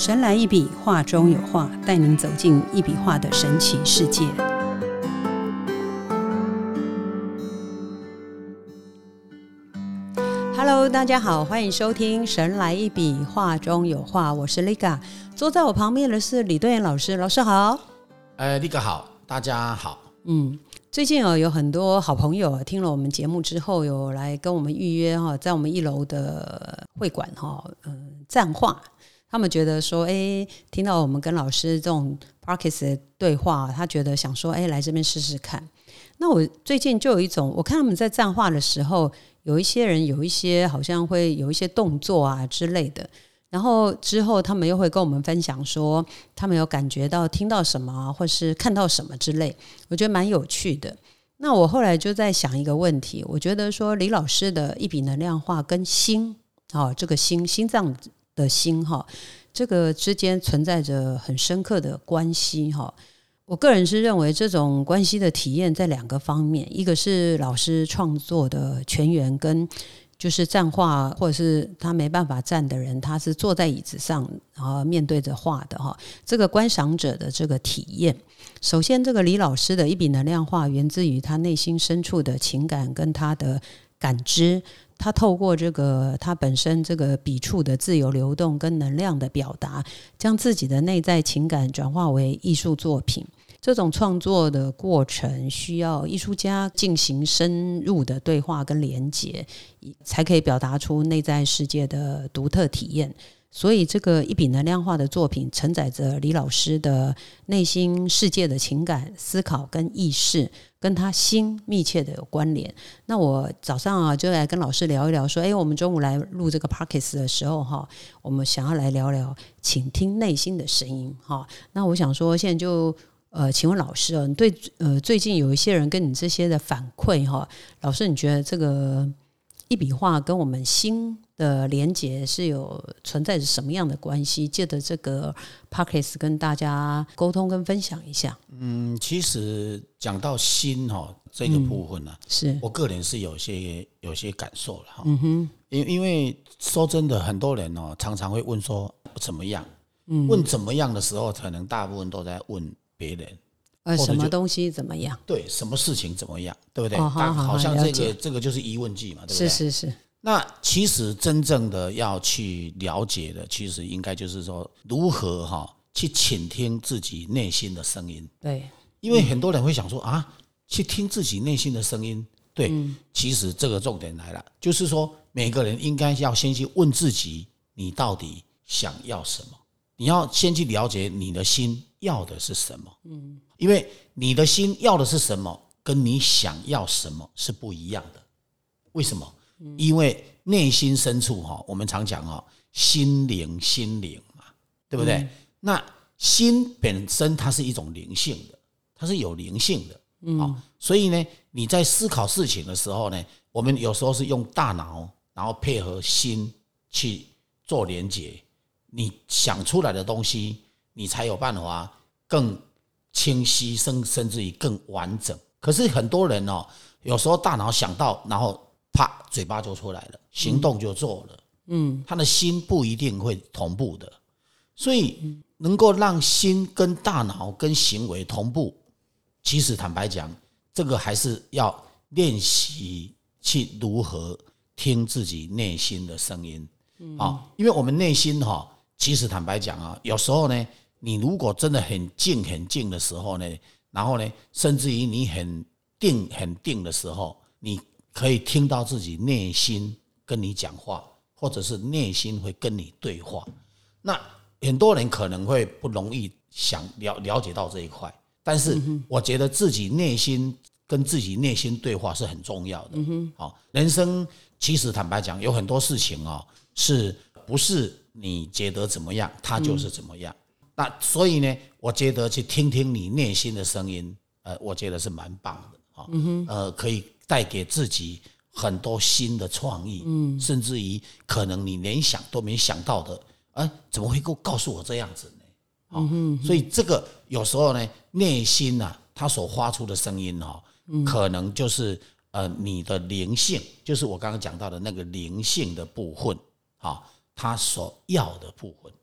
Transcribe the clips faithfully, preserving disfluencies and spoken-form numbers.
神来一笔，画中有画，带您走进一笔画的神奇世界。Hello， 大家好，欢迎收听《神来一笔，画中有画》，我是 Liga， 坐在我旁边的是李敦彦老师，老师好。 呃 Liga 好，大家好。 嗯，最近、哦、有很多好朋友听了我们节目之后，有来跟我们预约、哦、在我们一楼的会馆、哦呃、站画。他们觉得说，哎，听到我们跟老师这种 Podcast 的对话，他觉得想说，哎，来这边试试看。那我最近就有一种，我看他们在站画的时候，有一些人有一些好像会有一些动作啊之类的，然后之后他们又会跟我们分享说，他们有感觉到听到什么，或是看到什么之类，我觉得蛮有趣的。那我后来就在想一个问题，我觉得说李老师的一笔能量画跟心、哦、这个心心脏的心哈，这个之间存在着很深刻的关系哈。我个人是认为这种关系的体验在两个方面，一个是老师创作的全员，跟就是站画或者是他没办法站的人，他是坐在椅子上然后面对着画的哈，这个观赏者的这个体验。首先这个李老师的一笔能量画源自于他内心深处的情感跟他的感知，他透过这个他本身这个笔触的自由流动跟能量的表达，将自己的内在情感转化为艺术作品。这种创作的过程需要艺术家进行深入的对话跟连结，才可以表达出内在世界的独特体验。所以这个一笔能量画的作品承载着李老师的内心世界的情感思考跟意识，跟他心密切的有关联。那我早上啊就来跟老师聊一聊说，哎，我们中午来录这个 Podcast 的时候哈，我们想要来聊聊倾听内心的声音哈。那我想说现在就呃，请问老师哦，你对呃最近有一些人跟你这些的反馈哈，老师你觉得这个一笔画跟我们心的连结是有存在着什么样的关系？借着这个 Podcast 跟大家沟通跟分享一下。 嗯，其实讲到心哈、哦、这个部分呢、啊嗯，是我个人是有些有些感受了哈。嗯哼，因因为说真的，很多人哦常常会问说怎么样，嗯，问怎么样的时候，可能大部分都在问别人。 呃，什么东西怎么样？ 对，什么事情怎么样？对不对？哦、好好好，好像这个这个就是疑问句嘛，对不对？ 是是是。 那其实真正的要去了解的，其实应该就是说如何哈、哦、去倾听自己内心的声音。 对， 因为很多人会想说、嗯、啊，去听自己内心的声音。对、嗯，其实这个重点来了，就是说每个人应该要先去问自己，你到底想要什么？你要先去了解你的心要的是什么。嗯，因为你的心要的是什么，跟你想要什么是不一样的。为什么？因为内心深处我们常讲心灵心灵嘛，对不对、嗯、那心本身它是一种灵性的，它是有灵性的、嗯、所以呢你在思考事情的时候呢，我们有时候是用大脑然后配合心去做连结，你想出来的东西你才有办法更清晰，甚至于更完整。可是很多人哦，有时候大脑想到然后啪，嘴巴就出来了，行动就做了。嗯，他的心不一定会同步的，所以能够让心跟大脑跟行为同步，其实坦白讲，这个还是要练习去如何听自己内心的声音。嗯，因为我们内心哈，其实坦白讲啊，有时候呢，你如果真的很静很静的时候呢，然后呢，甚至于你很定很定的时候，你可以听到自己内心跟你讲话，或者是内心会跟你对话。那很多人可能会不容易想 了, 了解到这一块，但是我觉得自己内心跟自己内心对话是很重要的。嗯、人生其实坦白讲，有很多事情哦，是不是你觉得怎么样，它就是怎么样。嗯、那所以呢，我觉得去听听你内心的声音，呃，我觉得是蛮棒的。嗯、呃，可以带给自己很多新的创意，嗯，甚至于可能你连想都没想到的，啊，怎么会告诉我这样子呢？嗯哼哼，所以这个有时候呢，内心啊，它所发出的声音哦，嗯、可能就是呃你的灵性，就是我刚刚讲到的那个灵性的部分，啊，它所要的部分，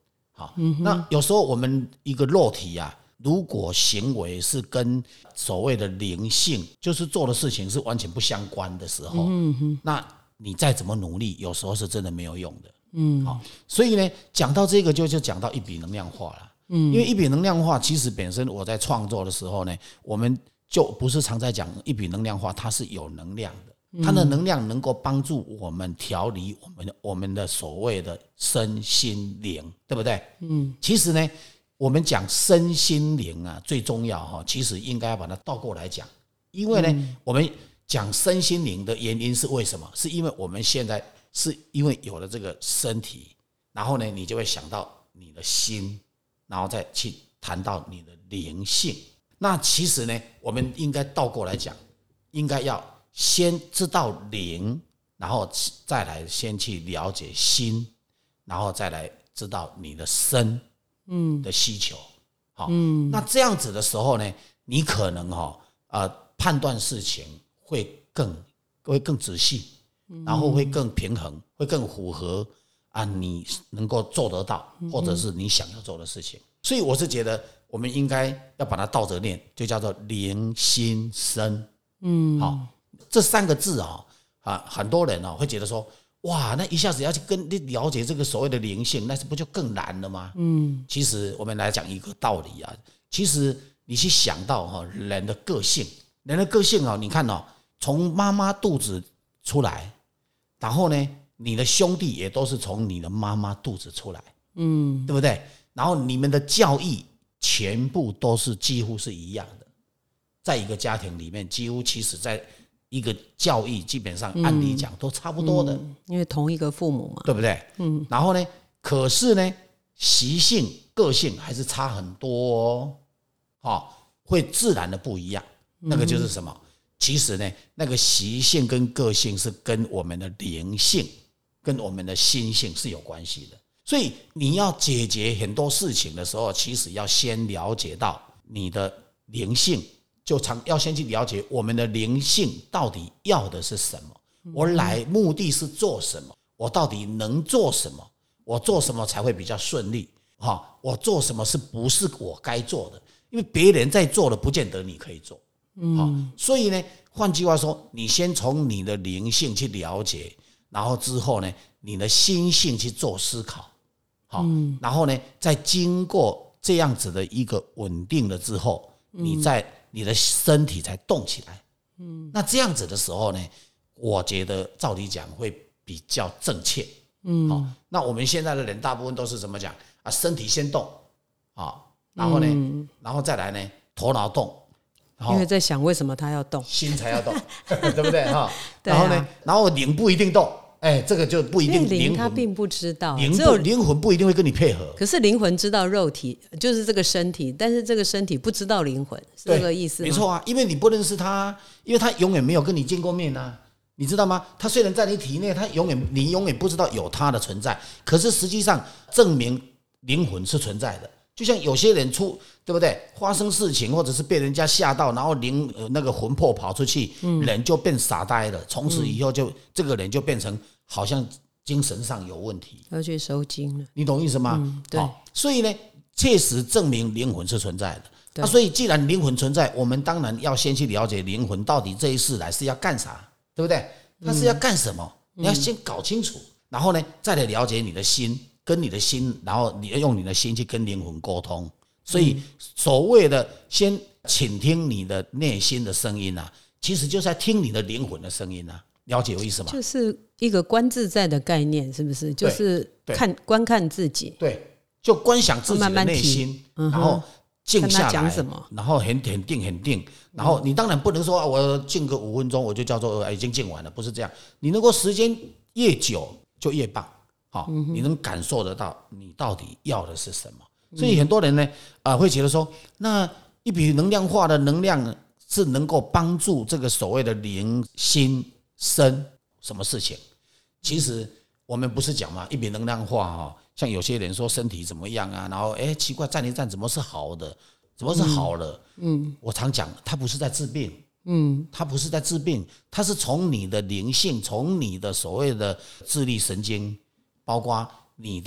好，那有时候我们一个肉体啊，如果行为是跟所谓的灵性，就是做的事情是完全不相关的时候，那你再怎么努力，有时候是真的没有用的。嗯，好，所以呢，讲到这个就就讲到一笔能量化了。嗯，因为一笔能量化，其实本身我在创作的时候呢，我们就不是常在讲一笔能量化，它是有能量的，它的能量能够帮助我们调理我们的我们的所谓的身心灵，对不对？嗯，其实呢，我们讲身心灵啊，最重要哈，其实应该要把它倒过来讲，因为呢，嗯、我们讲身心灵的原因是为什么？是因为我们现在是因为有了这个身体，然后呢，你就会想到你的心，然后再去谈到你的灵性。那其实呢，我们应该倒过来讲，应该要先知道灵，然后再来先去了解心，然后再来知道你的身的需求。好，嗯，那这样子的时候呢，你可能哈呃判断事情会更会更仔细，然后会更平衡，会更符合啊你能够做得到，或者是你想要做的事情。所以我是觉得我们应该要把它倒着念，就叫做灵心身。嗯，好，这三个字啊，啊，很多人啊会觉得说，哇，那一下子要去跟你了解这个所谓的灵性，那是不就更难了吗？嗯，其实我们来讲一个道理啊，其实你去想到哈人的个性，人的个性啊，你看哦，从妈妈肚子出来，然后呢，你的兄弟也都是从你的妈妈肚子出来，嗯，对不对？然后你们的教育全部都是几乎是一样的，在一个家庭里面，几乎其实在一个教育基本上按理讲都差不多的， 嗯、因为同一个父母嘛， 对不对？嗯。然后呢，可是呢，习性、个性还是差很多哦，哦会自然的不一样。那个就是什么？嗯、其实呢，那个习性跟个性是跟我们的灵性、跟我们的心性是有关系的。所以你要解决很多事情的时候，其实要先了解到你的灵性，就常要先去了解我们的灵性到底要的是什么，我来目的是做什么，我到底能做什么，我做什么才会比较顺利，我做什么是不是我该做的，因为别人在做的不见得你可以做。嗯，所以呢，换句话说，你先从你的灵性去了解，然后之后呢，你的心性去做思考。嗯、然后呢，再经过这样子的一个稳定了之后，你在你的身体才动起来。嗯，那这样子的时候呢，我觉得照理讲会比较正确。嗯，好，那我们现在的人大部分都是怎么讲啊？身体先动，啊，然后呢，嗯、然后再来呢，头脑动， 因为在想为什么他要动， 心才要动，对不对哈？然后呢，然后灵不一定动。哎，这个就不一定， 灵他并不知道， 灵不灵魂不一定会跟你配合。 可是灵魂知道肉体就是这个身体，但是这个身体不知道灵魂，是这个意思吗？ 没错啊，因为你不认识他，因为他永远没有跟你见过面啊，你知道吗？他虽然在你体内，他永远你永远不知道有他的存在，可是实际上证明灵魂是存在的。就像有些人出，对不对？发生事情或者是被人家吓到，然后灵、呃、那个魂魄跑出去，嗯、人就变傻呆了。从此以后就、嗯、这个人就变成好像精神上有问题， 要去收精了。 你懂意思吗？ 嗯、对、哦。 所以呢，确实证明灵魂是存在的。那、啊、所以既然灵魂存在，我们当然要先去了解灵魂到底这一世来是要干啥，对不对？他是要干什么？嗯、你要先搞清楚，然后呢，再来了解你的心。跟你的心，然后你要用你的心去跟灵魂沟通，所以所谓的先倾听你的内心的声音啊，其实就是在听你的灵魂的声音啊，了解我意思吗？ 就是一个观自在的概念，是不是？就是看观看自己， 对，就观想自己的内心，慢慢然后静下来， 什么然后很很定很定，然后你当然不能说我静个五分钟我就叫做已经静完了，不是这样，你能够时间越久就越棒。好，你能感受得到你到底要的是什么？所以很多人呢，啊、呃，会觉得说，那一笔能量化的能量是能够帮助这个所谓的灵心身什么事情？其实我们不是讲嘛，一笔能量化哈，像有些人说身体怎么样啊，然后哎奇怪站一站怎么是好的，怎么是好了？嗯，我常讲，它不是在治病。嗯，它不是在治病，它是从你的灵性，从你的所谓的自律神经。包括你的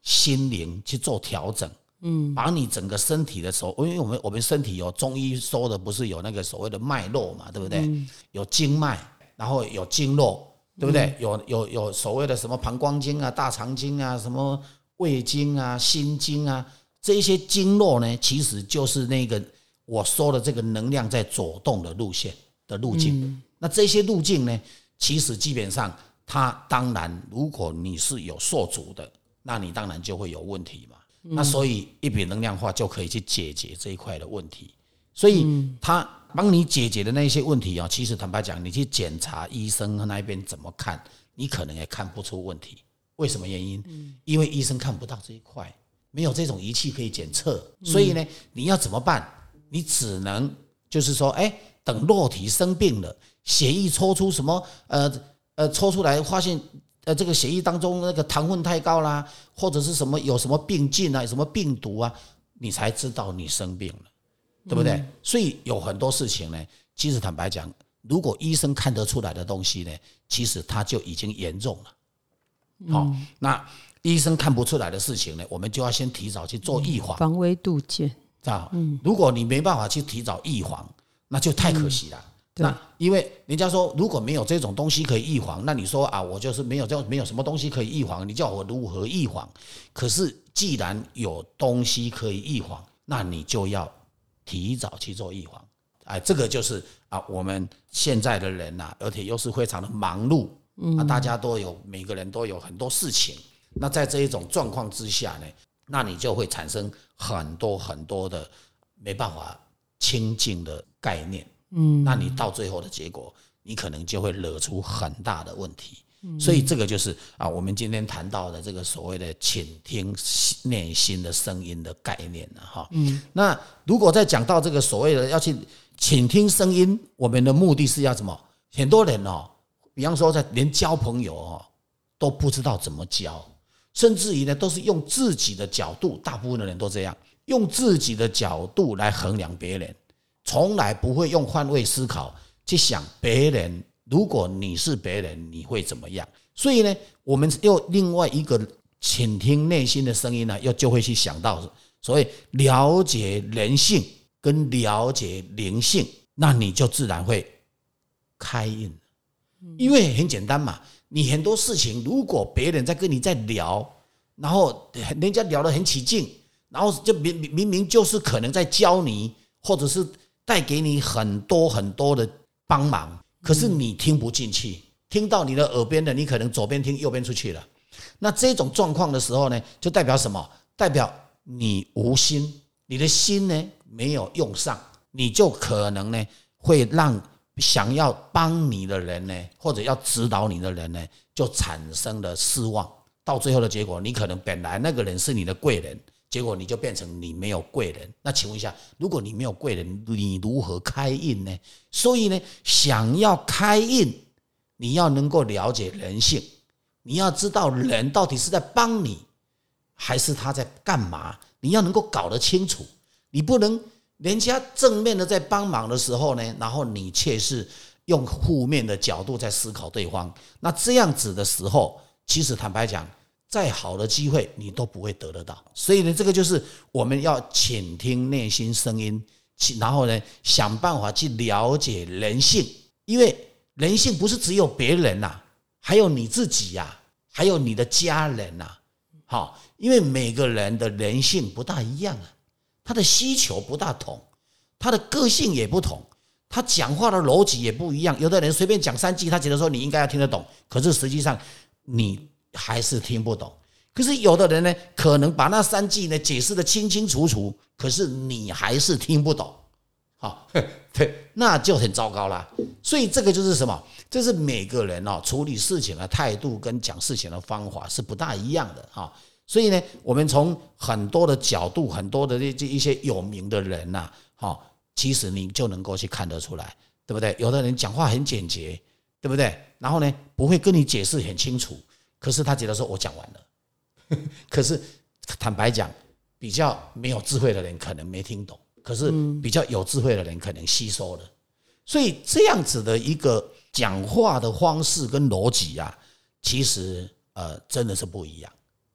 心灵去做调整，嗯，把你整个身体的时候，因为我们我们身体有中医说的不是有那个所谓的脉络嘛，对不对？嗯、有经脉，然后有经络，对不对？嗯、有有有所谓的什么膀胱经啊、大肠经啊、什么胃经啊、心经啊，这些经络呢，其实就是那个我说的这个能量在走动的路线的路径。嗯、那这些路径呢，其实基本上它当然，如果你是有受阻的，那你当然就会有问题嘛。嗯、那所以一笔能量化就可以去解决这一块的问题。所以他帮你解决的那些问题啊，其实坦白讲，你去检查医生那边怎么看，你可能也看不出问题。为什么原因？因为医生看不到这一块，没有这种仪器可以检测。所以呢，你要怎么办？你只能就是说，哎，等肉体生病了，血液抽出什么呃呃抽出来发现。呃，这个血液当中那个糖分太高啦，或者是什么有什么病菌啊，有什么病毒啊，你才知道你生病了，对不对？嗯、所以有很多事情呢，其实坦白讲，如果医生看得出来的东西呢，其实它就已经严重了。好、嗯哦，那医生看不出来的事情呢，我们就要先提早去做预防， 防微杜渐。 啊，嗯，如果你没办法去提早预防，那就太可惜了。嗯那因为人家说，如果没有这种东西可以预防，那你说啊，我就是没有这没有什么东西可以预防，你叫我如何预防？可是既然有东西可以预防，那你就要提早去做预防。哎，这个就是啊，我们现在的人呐、啊，而且又是非常的忙碌，啊，大家都有每个人都有很多事情。那在这一种状况之下呢，那你就会产生很多很多的没办法清净的概念。嗯，那你到最后的结果，你可能就会惹出很大的问题。嗯、所以这个就是啊，我们今天谈到的这个所谓的倾听内心的声音的概念了哈。嗯，那如果再讲到这个所谓的要去倾听声音，我们的目的是要什么？很多人哦，比方说在连交朋友哦都不知道怎么交，甚至于呢都是用自己的角度，大部分的人都这样，用自己的角度来衡量别人。从来不会用换位思考去想别人，如果你是别人，你会怎么样？所以呢，我们又另外一个倾听内心的声音呢，又就会去想到所谓了解人性跟了解灵性，那你就自然会开印。因为很简单嘛，你很多事情，如果别人在跟你在聊，然后人家聊得很起劲，然后就明明明就是可能在教你，或者是带给你很多很多的帮忙，可是你听不进去，听到你的耳边的，你可能左边听右边出去了。那这种状况的时候呢，就代表什么？代表你无心，你的心呢没有用上，你就可能呢会让想要帮你的人呢，或者要指导你的人呢，就产生了失望。到最后的结果，你可能本来那个人是你的贵人。结果你就变成你没有贵人。那请问一下，如果你没有贵人，你如何开印呢？所以呢，想要开印，你要能够了解人性，你要知道人到底是在帮你，还是他在干嘛？你要能够搞得清楚。你不能人家正面的在帮忙的时候呢，然后你却是用负面的角度在思考对方。那这样子的时候，其实坦白讲，再好的机会你都不会得得到。所以呢，这个就是我们要倾听内心声音，然后呢想办法去了解人性。因为人性不是只有别人啊，还有你自己啊，还有你的家人啊。好，因为每个人的人性不大一样啊，他的需求不大同，他的个性也不同，他讲话的逻辑也不一样。有的人随便讲三句，他觉得说你应该要听得懂，可是实际上你还是听不懂。可是有的人呢，可能把那三句呢解释得清清楚楚，可是你还是听不懂。好，对，那就很糟糕啦。所以这个就是什么？这是每个人哦处理事情的态度跟讲事情的方法是不大一样的哈。所以呢，我们从很多的角度，很多的这一些有名的人呐，哈，其实你就能够去看得出来，对不对？有的人讲话很简洁，对不对？然后呢，不会跟你解释很清楚，可是他觉得说我讲完了，可是坦白讲，比较没有智慧的人可能没听懂，可是比较有智慧的人可能吸收了。所以这样子的一个讲话的方式跟逻辑啊，其实呃真的是不一样。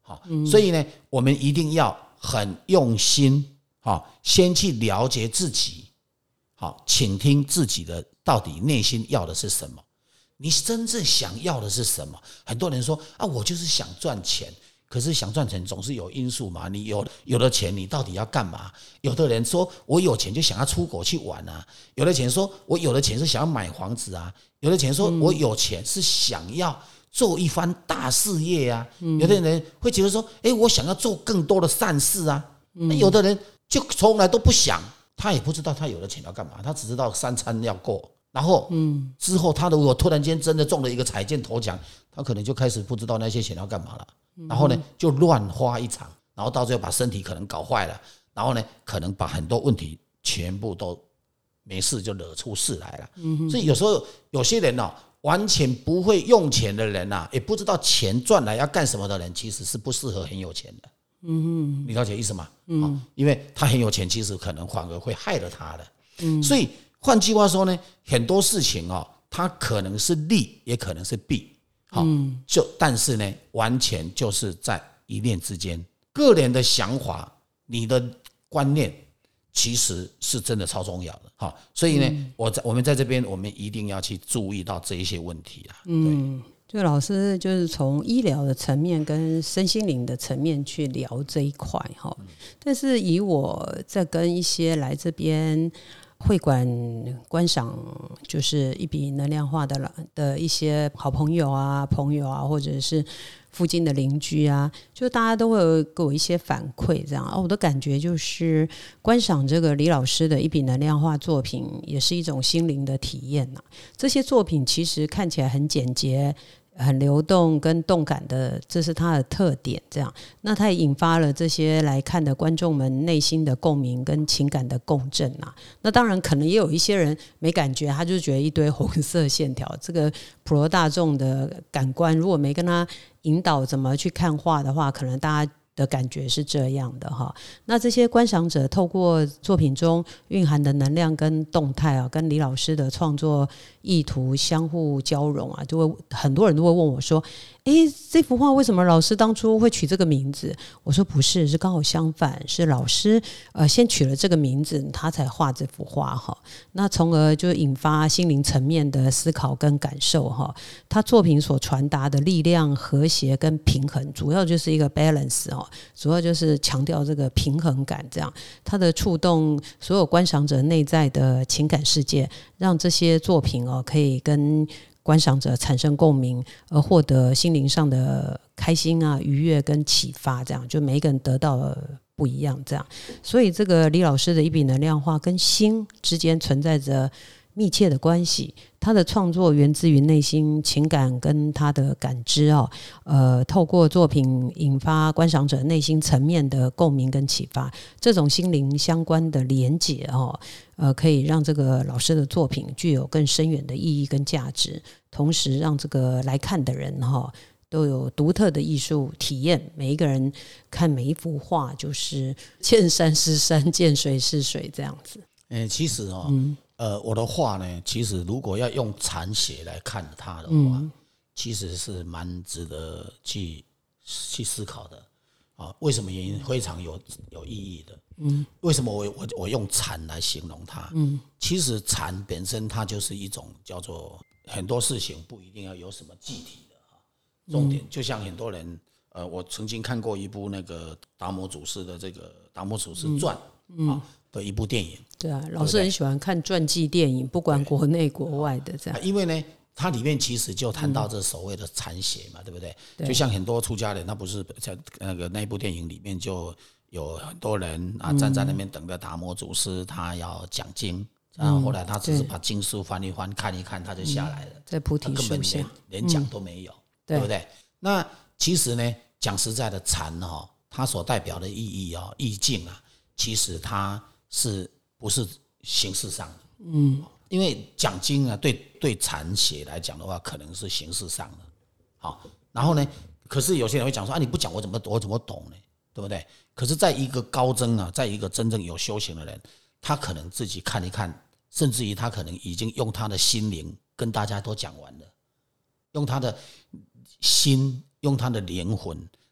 好，所以呢，我们一定要很用心，好，先去了解自己，好，倾听自己的到底内心要的是什么，你真正想要的是什么？很多人说啊，我就是想赚钱。可是想赚钱总是有因素嘛，你有有了钱，你到底要干嘛？有的人说我有钱就想要出国去玩啊，有的钱说我有的钱是想要买房子啊，有的钱说我有钱是想要做一番大事业啊，有的人会觉得说，哎，我想要做更多的善事啊，有的人就从来都不想，他也不知道他有了钱要干嘛，他只知道三餐要过。然后，嗯，之后他如果突然间真的中了一个彩箭头奖，他可能就开始不知道那些钱要干嘛了。然后呢，就乱花一场，然后到最后把身体可能搞坏了，然后呢，可能把很多问题全部都没事就惹出事来了。嗯、所以有时候有些人哦，完全不会用钱的人啊，也不知道钱赚来要干什么的人，其实是不适合很有钱的。嗯，你了解意思吗？嗯，因为他很有钱，其实可能反而会害了他的。嗯，所以。换句话说呢，很多事情哦，它可能是利，也可能是弊，好，就但是呢，完全就是在一念之间，个人的想法，你的观念，其实是真的超重要的，好，所以呢，我在我们在这边，我们一定要去注意到这一些问题啊， 嗯。就老师就是从医疗的层面跟身心灵的层面去聊这一块哈，但是以我在跟一些来这边会馆观赏就是一笔能量化的的一些好朋友啊、朋友啊，或者是附近的邻居啊，就大家都会给我一些反馈，这样啊，我的感觉就是观赏这个李老师的一笔能量化作品，也是一种心灵的体验呐。这些作品其实看起来很简洁。很流动跟动感的，这是它的特点。这样，那它也引发了这些来看的观众们内心的共鸣跟情感的共振啊。那当然，可能也有一些人没感觉，他就觉得一堆红色线条。这个普罗大众的感官，如果没跟他引导怎么去看画的话，可能大家的感觉是这样的哈。那这些观赏者透过作品中蕴含的能量跟动态啊，跟李老师的创作意图相互交融啊，就会很多人都会问我说：“诶，这幅画为什么老师当初会取这个名字？”我说：“不是，是刚好相反，是老师呃先取了这个名字，他才画这幅画哈。那从而就引发心灵层面的思考跟感受哈。他作品所传达的力量、和谐跟平衡，主要就是一个 balance 哦。”主要就是强调这个平衡感，这样它的触动所有观赏者内在的情感世界，让这些作品哦可以跟观赏者产生共鸣，而获得心灵上的开心啊、愉悦跟启发，这样就每一个人得到了不一样，这样。所以这个李老师的一笔能量画跟心之间存在着密切的关系，他的创作源自于内心情感跟他的感知哦，呃，透过作品引发观赏者内心层面的共鸣跟启发，这种心灵相关的连结哦，呃，可以让这个老师的作品具有更深远的意义跟价值，同时让这个来看的人哈、哦。都有独特的艺术体验，每一个人看每一幅画就是见山是山，见水是水这样子。 欸、其实哦。嗯呃，我的画呢，其实如果要用残血来看它的话，嗯、其实是蛮值得去去思考的啊。为什么原因？非常有有意义的。嗯，为什么我我我用残来形容它？嗯，其实残本身它就是一种叫做很多事情不一定要有什么具体的哈，重点就像很多人呃，我曾经看过一部那个达摩祖师的这个达摩祖师传啊。嗯嗯的一部电影， 对啊，老师很喜欢看传记电影，不管国内国外的这样。 因为呢，它里面其实就谈到这所谓的残血嘛，对不对？对，就像很多出家人，他不是在那个那一部电影里面就有很多人啊站在那边等着达摩祖师，他要讲经，然后后来他只是把经书翻一翻，看一看，他就下来了， 嗯、在菩提树下， 连讲都没有，嗯、对不对？那其实呢，讲实在的，禅哈，它所代表的意义啊、意境啊，其实它是不是形式上的？嗯，因为讲经啊，对对禅写来讲的话，可能是形式上的。好，然后呢，可是有些人会讲说啊，你不讲我怎么我怎么懂呢？对不对？可是在一个高僧啊，在一个真正有修行的人，他可能自己看一看，甚至于他可能已经用他的心灵跟大家都讲完了，用他的心，用他的灵魂，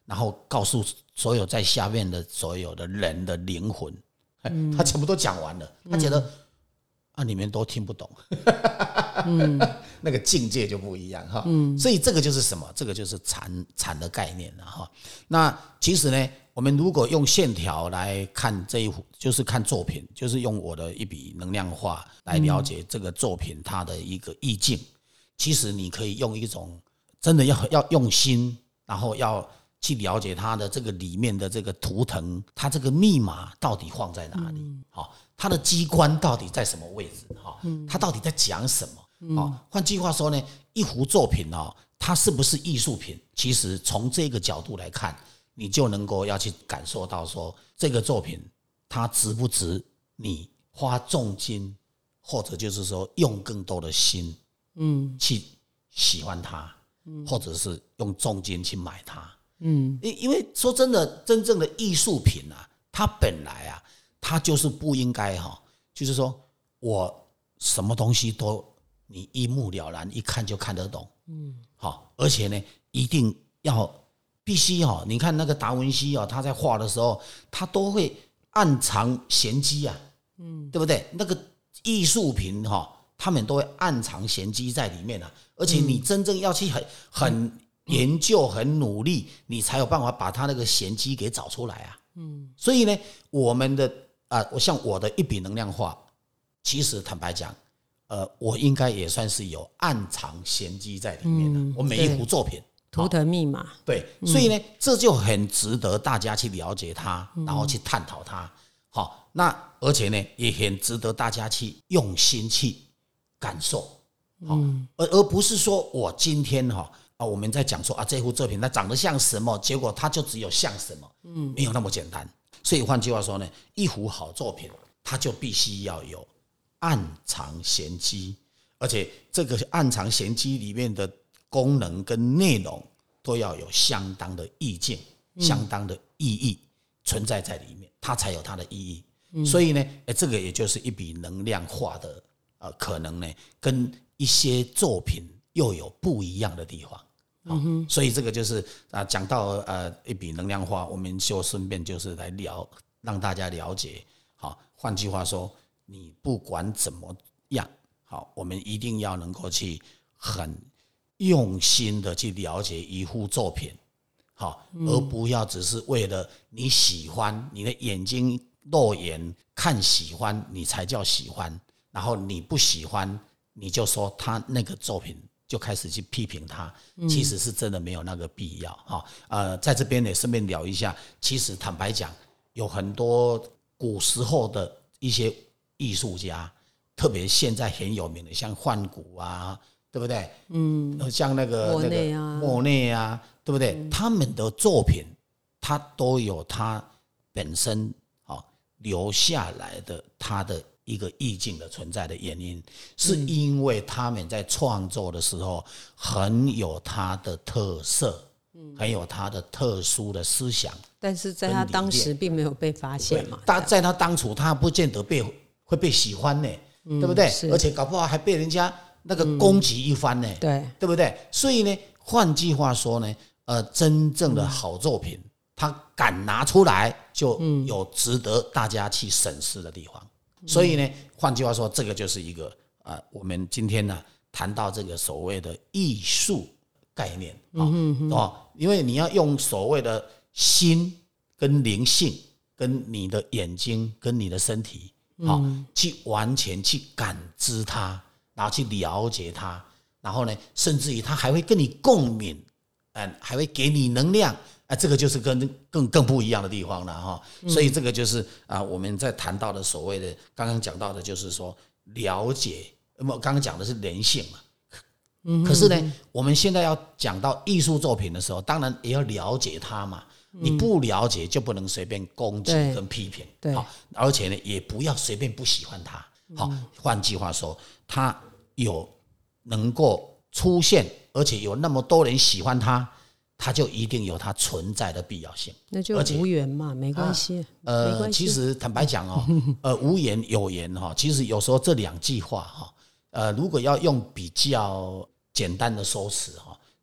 然后告诉所有在下面的所有的人的灵魂，嗯、他全部都讲完了，他觉得、嗯、啊你们都听不懂，嗯、那个境界就不一样哈。嗯、所以这个就是什么？这个就是禅禅的概念了哈。那其实呢，我们如果用线条来看这一幅，就是看作品，就是用我的一笔能量画来了解这个作品它的一个意境。其实你可以用一种真的要要用心，然后要去了解它的这个里面的这个图腾，它这个密码到底放在哪里？好，它的机关到底在什么位置？哈，它到底在讲什么？好，换句话说呢，一幅作品哦，它是不是艺术品？其实从这个角度来看，你就能够要去感受到说，这个作品它值不值你花重金，或者就是说用更多的心，嗯，去喜欢它，或者是用重金去买它。嗯，因为说真的，真正的艺术品啊，它本来啊，它就是不应该哈，就是说我什么东西都你一目了然，一看就看得懂，嗯，好，而且呢，一定要必须哈，你看那个达文西啊，他在画的时候，他都会暗藏玄机啊，嗯，对不对？那个艺术品哈，他们都会暗藏玄机在里面啊，而且你真正要去很很研究很努力，你才有办法把它那个玄机给找出来啊。嗯，所以呢，我们的啊、呃，像我的一笔能量画，其实坦白讲，呃，我应该也算是有暗藏玄机在里面的、嗯。我每一幅作品， 图腾密码， 对，所以呢，这就很值得大家去了解它，然后去探讨它。好，那而且呢，也很值得大家去用心去感受。好，而而不是说我今天哈。啊，我们在讲说啊，这幅作品它长得像什么，结果它就只有像什么，嗯，没有那么简单。所以换句话说呢，一幅好作品，它就必须要有暗藏玄机，而且这个暗藏玄机里面的功能跟内容都要有相当的意境、嗯、相当的意义存在在里面，它才有它的意义。嗯、所以呢，这个也就是一笔能量画的呃，可能呢，跟一些作品又有不一样的地方。嗯、所以这个就是啊，讲到呃一笔能量画，我们就顺便就是来聊，让大家了解。好，换句话说，你不管怎么样，好，我们一定要能够去很用心的去了解一幅作品，好，而不要只是为了你喜欢，你的眼睛肉眼看喜欢，你才叫喜欢，然后你不喜欢，你就说他那个作品。就开始去批评他，其实是真的没有那个必要哈。呃，在这边也顺便聊一下，其实坦白讲，有很多古时候的一些艺术家，特别现在很有名的，像梵谷啊，对不对？嗯，像那个莫内啊， 那个莫内啊，对不对？嗯、他们的作品，他都有他本身啊留下来的他的。一个意境的存在的原因，是因为他们在创作的时候很有他的特色，很有他的特殊的思想， 但是在他当时并没有被发现嘛。 他在他当初，他不见得被会被喜欢呢，嗯、对不对？而且搞不好还被人家那个攻击一番呢，嗯、 对对不对？所以呢，换句话说呢，呃，真正的好作品，嗯、他敢拿出来，就有值得大家去审视的地方。所以呢，换句话说，这个就是一个啊、呃，我们今天呢谈到这个所谓的艺术概念啊、哦哦，因为你要用所谓的心跟灵性，跟你的眼睛跟你的身体，好、哦，去完全去感知它，然后去了解它，然后呢，甚至于它还会跟你共鸣，嗯，还会给你能量。啊，这个就是跟更更不一样的地方了哈，所以这个就是啊，我们在谈到的所谓的刚刚讲到的，就是说了解，那么刚刚讲的是人性嘛，嗯，可是呢，我们现在要讲到艺术作品的时候，当然也要了解它嘛，你不了解就不能随便攻击跟批评， 对， 好，而且呢，也不要随便不喜欢它，好，换句话说，它有能够出现，而且有那么多人喜欢它。它就一定有它存在的必要性， 那就无缘嘛，没关系。 呃， 没关系其实坦白讲哦，呃，无缘有缘哈，其实有时候这两句话哈，呃，如果要用比较简单的说辞哈，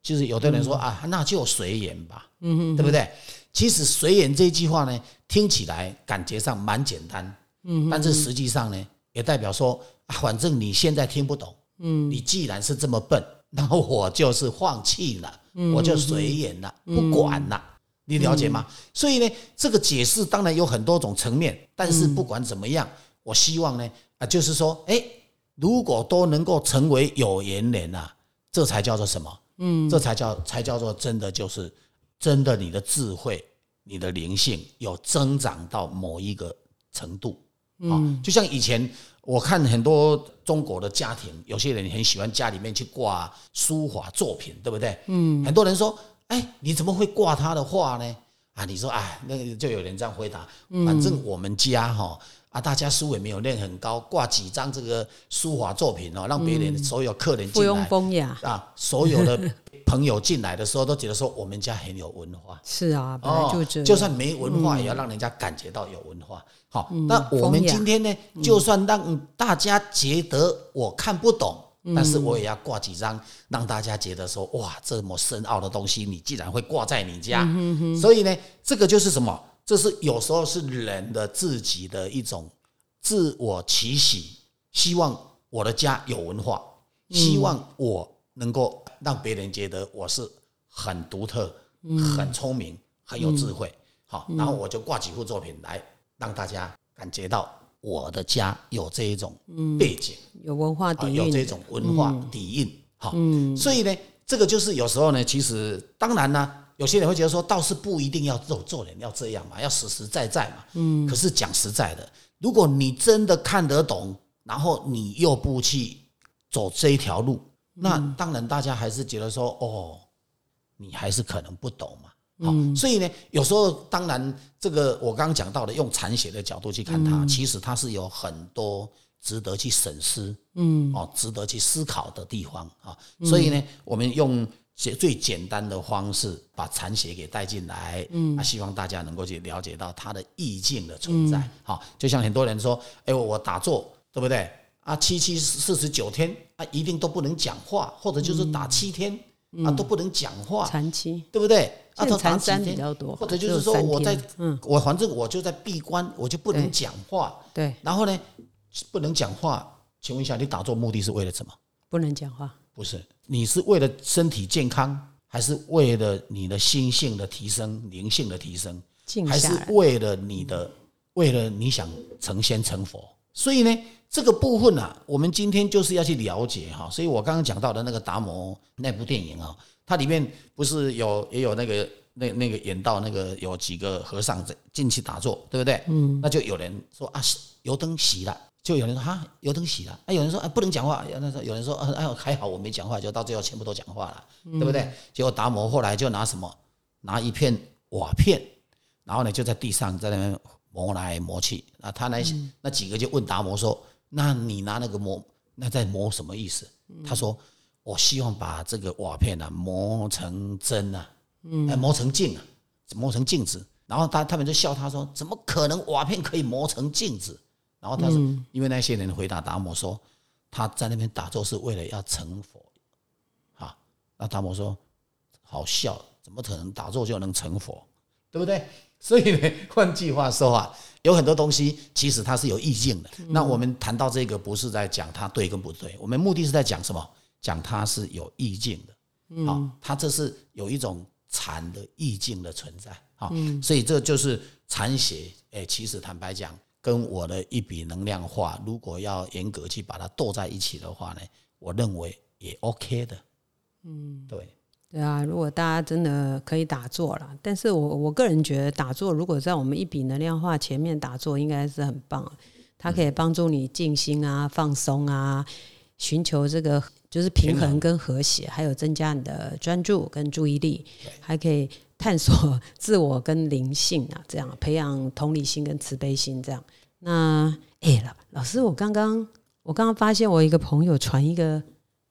就是有的人说、嗯、啊，那就随缘吧，嗯哼哼，对不对？其实随缘这句话呢，听起来感觉上蛮简单，嗯哼哼，但是实际上呢，也代表说，啊、反正你现在听不懂，嗯，你既然是这么笨，那我就是放弃了，嗯、我就随缘了，嗯、不管了。你了解吗？嗯、所以呢，这个解释当然有很多种层面，但是不管怎么样，嗯、我希望呢，啊，就是说，哎，如果都能够成为有缘人啊，这才叫做什么？嗯，这才叫才叫做真的就是真的你的智慧、你的灵性有增长到某一个程度。嗯、哦，就像以前我看很多中国的家庭，有些人很喜欢家里面去挂书法作品，对不对？嗯，很多人说。哎，你怎么会挂他的画呢？啊，你说哎，那个就有人这样回答，反正我们家哈啊，大家书也没有练很高，挂几张这个书法作品哦，让别人所有客人进来， 附庸风雅啊，所有的朋友进来的时候都觉得说我们家很有文化。 是啊，本来就这样、 哦，就算没文化，也要让人家感觉到有文化。好、嗯，那我们今天呢，就算让大家觉得我看不懂。但是我也要挂几张，让大家觉得说，哇，这么深奥的东西，你竟然会挂在你家。嗯、哼哼，所以呢，这个就是什么？这是有时候是人的自己的一种自我期许，希望我的家有文化，希望我能够让别人觉得我是很独特、嗯、很聪明、很有智慧。好、嗯，然后我就挂几幅作品来让大家感觉到。我的家有这一种背景， 嗯、有文化底蕴、 啊，有这种文化底蕴，好、嗯嗯，所以呢，这个就是有时候呢，其实当然呢，有些人会觉得说，倒是不一定要做做人要这样嘛，要实实在在嘛，嗯。可是讲实在的，如果你真的看得懂，然后你又不去走这一条路，那当然大家还是觉得说，哦，你还是可能不懂嘛。好，所以呢，有时候当然，这个我刚刚讲到的，用禅学的角度去看它，嗯、其实它是有很多值得去审视，嗯，哦，值得去思考的地方啊。所以呢，我们用最简单的方式把禅学给带进来，嗯，啊，希望大家能够去了解到它的意境的存在。好、嗯，就像很多人说，哎，我打坐，对不对？啊，七七四十九天啊，一定都不能讲话，或者就是打七天、嗯、啊，都不能讲话， 禅七， 对不对？ 啊，禅三比较多， 或者就是说我在，嗯、我反正我就在闭关，我就不能讲话。 对， 然后呢，不能讲话，请问一下，你打坐目的是为了什么？ 不能讲话， 不是，你是为了身体健康，还是为了你的心性的提升、灵性的提升，还是为了你的，嗯、为了你想成仙成佛？所以呢，这个部分啊，我们今天就是要去了解哈。所以我刚刚讲到的那个达摩那部电影啊。它里面不是有也有那个那那个演到那个有几个和尚进去打坐，对不对？嗯，那就有人说啊，油灯熄了，就有人说哈，油灯熄了，啊，有人说啊不能讲话，有人说有人说哎还好我没讲话，就到最后全部都讲话了，嗯、对不对？结果达摩后来就拿什么，拿一片瓦片，然后呢就在地上在那边磨来磨去，啊，他那、嗯、那几个就问达摩说，那你拿那个磨，那在磨什么意思？嗯、他说。我希望把这个瓦片啊磨成针啊，嗯，磨成镜啊，磨成镜子。然后他他们就笑他说：“怎么可能瓦片可以磨成镜子？”然后他说：“嗯、因为那些人回答达摩说，他在那边打坐是为了要成佛。”啊，那达摩说：“好笑，怎么可能打坐就能成佛？对不对？”所以呢，换句话说啊，有很多东西其实它是有意境的。嗯、那我们谈到这个，不是在讲它对跟不对，我们目的是在讲什么？讲它是有意境的，嗯、哦，它这是有一种禅的意境的存在，哦嗯、所以这就是禅学。哎，其实坦白讲，跟我的一笔能量化，如果要严格去把它斗在一起的话呢，我认为也 OK 的。嗯，对， 对啊，如果大家真的可以打坐啦，但是我我个人觉得打坐如果在我们一笔能量化前面打坐，应该是很棒，它可以帮助你静心啊、放松啊，寻求这个。就是平衡跟和谐，还有增加你的专注跟注意力，还可以探索自我跟灵性啊，这样培养同理心跟慈悲心，这样。那哎、欸，老师，我刚刚我刚刚发现我一个朋友传一个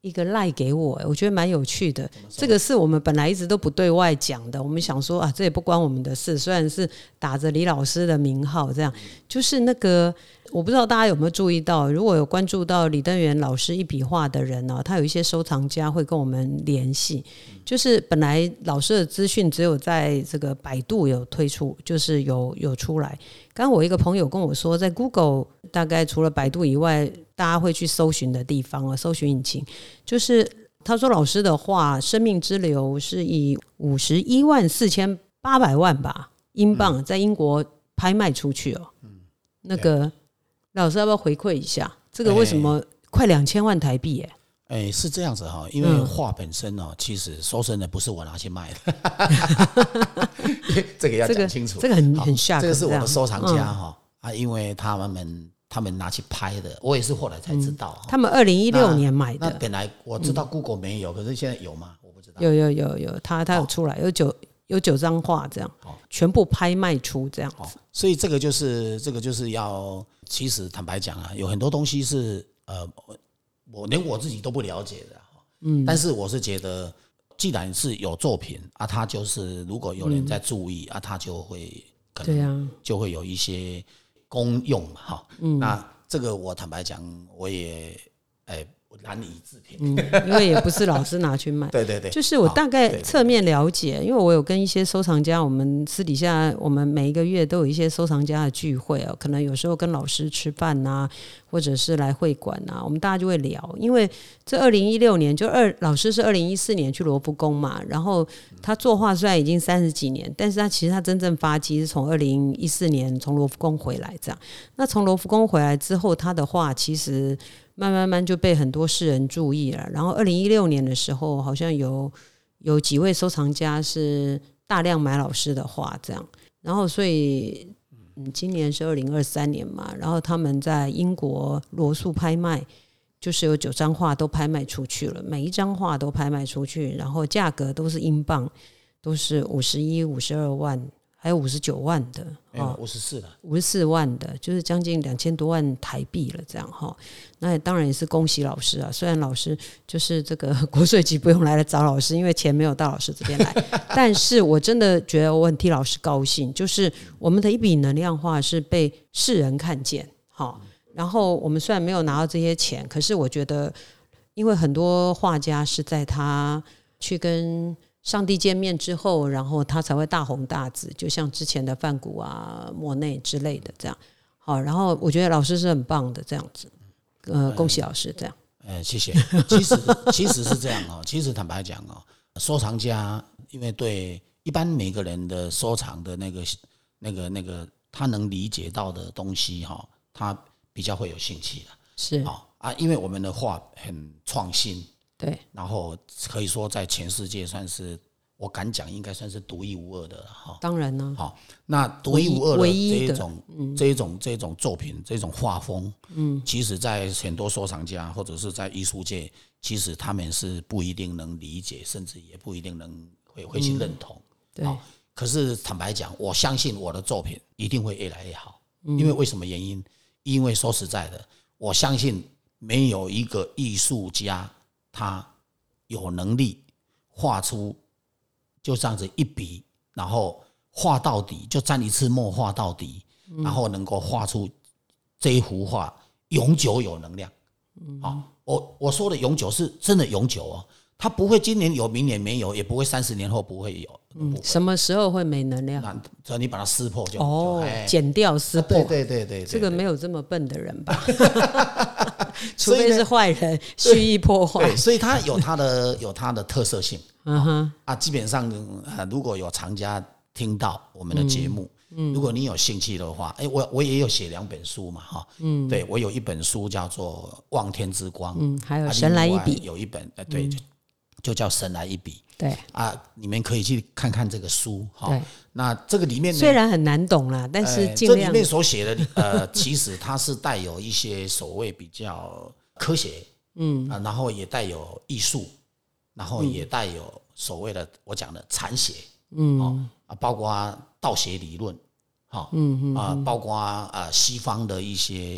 一个赖给我，我觉得蛮有趣的。这个是我们本来一直都不对外讲的，我们想说啊，这也不关我们的事。虽然是打着李老师的名号，这样就是那个，我不知道大家有没有注意到，如果有关注到李登元老师一笔画的人呢、啊，他有一些收藏家会跟我们联系。就是本来老师的资讯只有在这个百度有推出，就是有有出来。刚刚我一个朋友跟我说，在 Google 大概除了百度以外，大家会去搜寻的地方啊，搜寻引擎，就是他说老师的画《生命之流》是以五十一万四千八百万吧英镑在英国拍卖出去哦。嗯、那个老师要不要回馈一下？这个为什么快两千万台币耶？ 哎，是这样子哈，因为画本身哦，其实说真的不是我拿去卖的，这个要讲清楚。 这个、这个很很吓， 这个是我的收藏家哈、嗯、啊，因为他们他们拿去拍的，我也是后来才知道。 嗯、他们二零一六年买的。 那本来我知道 Google 没有，嗯、可是现在有吗？我不知道。 有有有有，他他有出来，有九有九张画这样，全部拍卖出这样子。 所以这个就是这个就是要，其实坦白讲啊，有很多东西是呃。我连我自己都不了解的，嗯，但是我是觉得，既然是有作品啊，他就是如果有人在注意、嗯、啊，他就会可能就会有一些功用嘛，哈，嗯，那这个我坦白讲，我也哎难以置评、 嗯，因为也不是老师拿去卖， 对对对， 就是我大概侧面了解，因为我有跟一些收藏家，我们私底下我们每一个月都有一些收藏家的聚会哦，可能有时候跟老师吃饭啊，或者是来会馆啊，我们大家就会聊，因为这二零一六年就二老师是二零一四年去罗浮宫嘛，然后他作画虽然已经三十几年，但是他其实他真正发迹是从二零一四年从罗浮宫回来这样。那从罗浮宫回来之后，他的画其实慢慢慢就被很多世人注意了。然后二零一六年的时候，好像有有几位收藏家是大量买老师的画这样，然后所以。嗯，今年是二零二三年嘛，然后他们在英国罗素拍卖，就是有九张画都拍卖出去了，每一张画都拍卖出去，然后价格都是英镑，都是五十一、五十二万，还有五十九万的， 哦，五十四了， 五十四万的，就是将近两千多万台币了，这样哈。那当然也是恭喜老师啊，虽然老师就是这个国税局不用来了找老师，因为钱没有到老师这边来，但是我真的觉得我很替老师高兴，就是我们的一笔能量画是被世人看见，好，然后我们虽然没有拿到这些钱，可是我觉得，因为很多画家是在他去跟上帝见面之后，然后他才会大红大紫，就像之前的梵谷啊、莫内之类的这样。好，然后我觉得老师是很棒的这样子，呃，恭喜老师这样。 呃，谢谢。其实其实是这样哦，其实坦白讲哦，收藏家因为对一般每个人的收藏的那个那个那个他能理解到的东西哈，他比较会有兴趣的。 是啊，因为我们的画很创新。 对，然后可以说在全世界算是，我敢讲应该算是独一无二的哈。 当然呢， 好，那独一无二的这一种、嗯、这一种这一种作品，这种画风，嗯，其实在很多收藏家或者是在艺术界，其实他们是不一定能理解，甚至也不一定能会会去认同。 嗯、对， 可是坦白讲，我相信我的作品一定会越来越好，嗯、因为为什么原因？因为说实在的，我相信没有一个艺术家。他有能力画出就这样子一笔，然后画到底，就沾一次墨画到底，嗯、然后能够画出这一幅画永久有能量。嗯哦、我我说的永久是真的永久哦，它不会今年有，明年没有，也不会三十年后不会有。 嗯，什么时候会没能量？ 那你把它撕破就哦，剪掉撕破。 对对对 对, 对， 这个没有这么笨的人吧？除非是坏人蓄意破坏。 对，所以它有它的有它的特色性。嗯哼啊，基本上如果有藏家听到我们的节目，嗯，如果你有兴趣的话，哎，我我也有写两本书嘛，哈，嗯，对我有一本书叫做《望天之光》， 嗯，还有《神来一笔》， 有一本，对，就就叫《神来一笔》。 对啊，你们可以去看看这个书哈。那这个里面虽然很难懂啦，但是尽量、 呃、这里面所写的呃，其实它是带有一些所谓比较科学，嗯啊，然后也带有艺术，然后也带有所谓的我讲的禅学，嗯、哦、啊，包括道学理论，哈、哦，嗯嗯啊，包括啊西方的一些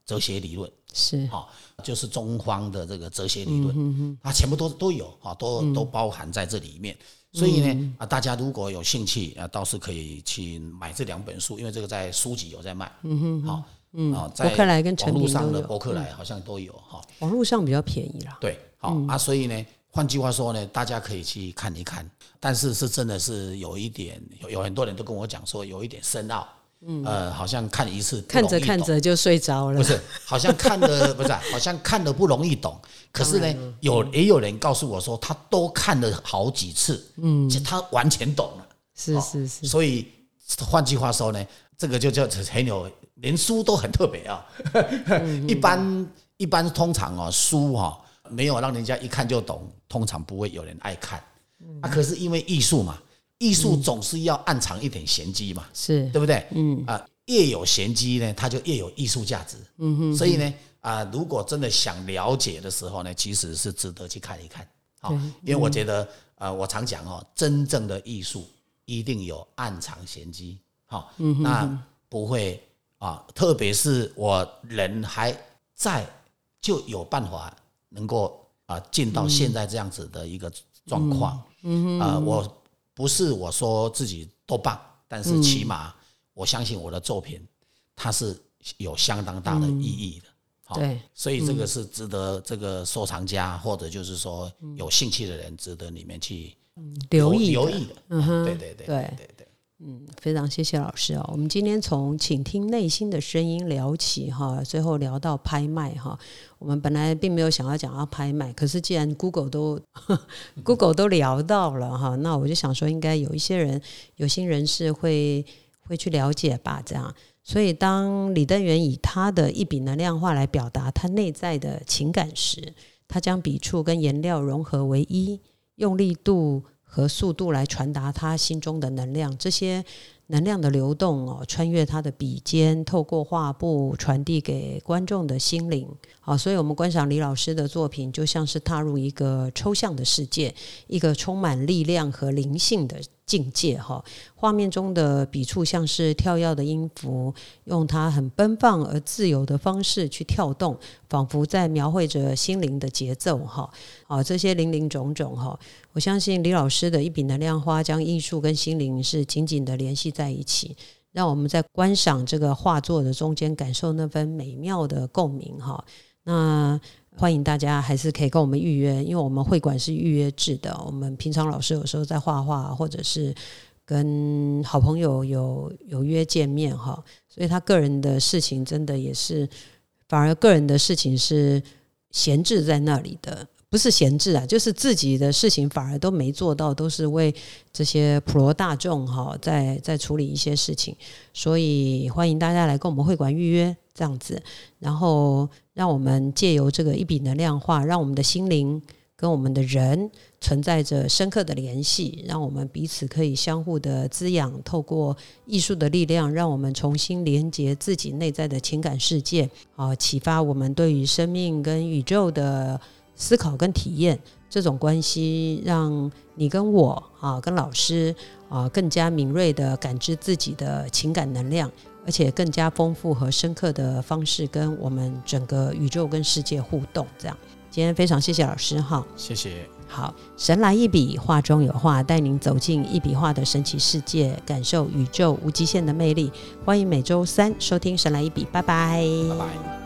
哲学理论， 是好、哦，就是中方的这个哲学理论，嗯嗯它全部都都有啊，都、嗯、都包含在这里面。所以呢，啊，大家如果有兴趣啊，倒是可以去买这两本书，因为这个在书籍有在卖，嗯哼，好、哦， 嗯，啊，在网络上的博客来好像都有哈， 网络上比较便宜啦。 对，好、嗯、啊，所以呢，换句话说呢，大家可以去看一看，但是是真的是有一点，有有很多人都跟我讲说有一点深奥。嗯，呃，好像看一次看着看着就睡着了， 不是，好像看的不是，好像看的不容易懂。可是呢，有也有人告诉我说，他都看了好几次，嗯，他完全懂了。 是是是， 哦、所以换句话说呢，这个就叫很有，连书都很特别啊。嗯、一般一般通常哦，书哈、哦、没有让人家一看就懂，通常不会有人爱看。嗯、啊，可是因为艺术嘛。艺术总是要暗藏一点玄机嘛， 是对不对？嗯啊，越有玄机呢，它就越有艺术价值。嗯哼，所以呢，啊，如果真的想了解的时候呢，其实是值得去看一看。好、哦，因为我觉得，呃，我常讲哦，真正的艺术一定有暗藏玄机。好、哦，嗯、那不会啊，特别是我人还在，就有办法能够啊进到现在这样子的一个状况。嗯啊、呃，我。不是我说自己多棒，但是起码我相信我的作品，它是有相当大的意义的。 嗯、对， 所以这个是值得这个收藏家或者就是说有兴趣的人值得里面去留意留意的。 嗯哼， 对对对对对对。 嗯，非常谢谢老师哦。我们今天从倾听内心的声音聊起哈，最后聊到拍卖哈。我们本来并没有想要讲到拍卖，可是既然 Google 都Google 都聊到了哈，那我就想说，应该有一些人有心人士会会去了解吧，这样。所以当李登元以他的一笔能量化来表达他内在的情感时，他将笔触跟颜料融合为一，用力度和速度来传达他心中的能量，这些能量的流动哦，穿越他的笔尖，透过画布传递给观众的心灵。好，所以我们观赏李老师的作品，就像是踏入一个抽象的世界，一个充满力量和灵性的境界哈。画面中的笔触像是跳跃的音符，用它很奔放而自由的方式去跳动，仿佛在描绘着心灵的节奏哈。啊，这些林林种种哈，我相信李老师的一笔能量花将艺术跟心灵是紧紧的联系在一起，让我们在观赏这个画作的中间感受那份美妙的共鸣哈。那欢迎大家还是可以跟我们预约，因为我们会馆是预约制的，我们平常老师有时候在画画或者是跟好朋友有有约见面哈，所以他个人的事情真的也是，反而个人的事情是闲置在那里的，不是闲置啊，就是自己的事情反而都没做到，都是为这些普罗大众哈在在处理一些事情，所以欢迎大家来跟我们会馆预约这样子，然后让我们借由这个一笔能量化，让我们的心灵跟我们的人存在着深刻的联系，让我们彼此可以相互的滋养，透过艺术的力量，让我们重新连接自己内在的情感世界，啊，启发我们对于生命跟宇宙的思考跟体验，这种关系让你跟我啊，跟老师啊，更加敏锐的感知自己的情感能量，而且更加丰富和深刻的方式跟我们整个宇宙跟世界互动。这样，今天非常谢谢老师哈， 谢谢。 好，神来一笔，画中有画，带您走进一笔画的神奇世界，感受宇宙无极限的魅力。欢迎每周三收听神来一笔，拜拜， 拜拜。